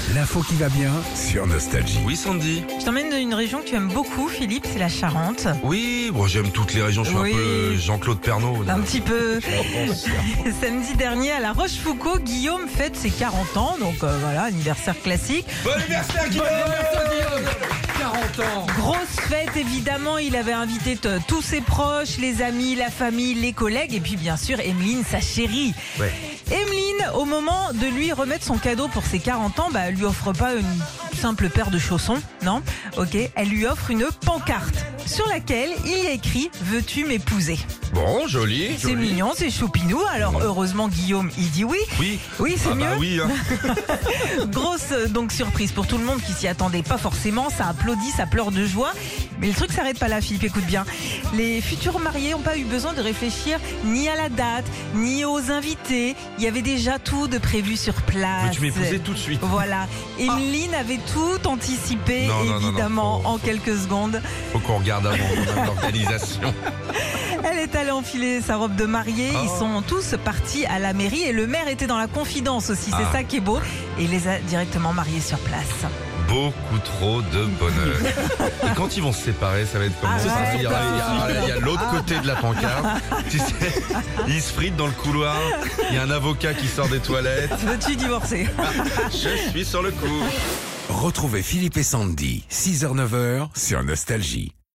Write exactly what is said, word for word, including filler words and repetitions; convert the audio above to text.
L'info qui va bien sur Nostalgie. Oui, Sandy. Je t'emmène dans une région que tu aimes beaucoup, Philippe, c'est la Charente. Oui, bon, j'aime toutes les régions. Je suis Oui. un peu Jean-Claude Pernaut. là. Un petit peu. Je pense. Samedi dernier, à La Rochefoucauld, Guillaume fête ses quarante ans, donc euh, voilà, anniversaire classique. Bon anniversaire, Guillaume. quarante ans. Grosse fête, évidemment, il avait invité t- tous ses proches, les amis, la famille, les collègues, et puis bien sûr, Emeline, sa chérie. Ouais. Emeline, au moment de lui remettre son cadeau pour ses quarante ans, bah, elle lui offre pas une simple paire de chaussons, non? Ok, elle lui offre une pancarte sur laquelle il y a écrit « Veux-tu m'épouser ?» Bon, joli. C'est joli. mignon, c'est choupinou. Alors heureusement, Guillaume, il dit oui. Oui. Oui, c'est Ah bah mieux. oui. Hein. Grosse euh, donc surprise pour tout le monde qui s'y attendait pas forcément. Ça applaudit, ça pleure de joie. Mais le truc s'arrête pas là, Philippe, écoute bien. Les futurs mariés n'ont pas eu besoin de réfléchir ni à la date, ni aux invités. Il y avait déjà tout de prévu sur place. Veux-tu m'épouser tout de suite? Voilà. Emeline avait tout anticipé, Non, non, non, non, évidemment, faut- en faut- quelques secondes. Faut qu'on regarde avant l'organisation. Elle est allée enfiler sa robe de mariée. Oh. Ils sont tous partis à la mairie et le maire était dans la confidence aussi. C'est Ah. ça qui est beau. Et il les a directement mariés sur place. Beaucoup trop de bonheur. Et quand ils vont se séparer, ça va être comment? Ah ouais, il y a, il y a- il y a l'autre côté de la pancarte. Tu sais, ils se fritent dans le couloir. Il y a un avocat qui sort des toilettes. Veux-tu divorcer? Je suis sur le coup. Retrouvez Philippe et Sandy, six heures neuf heures sur Nostalgie.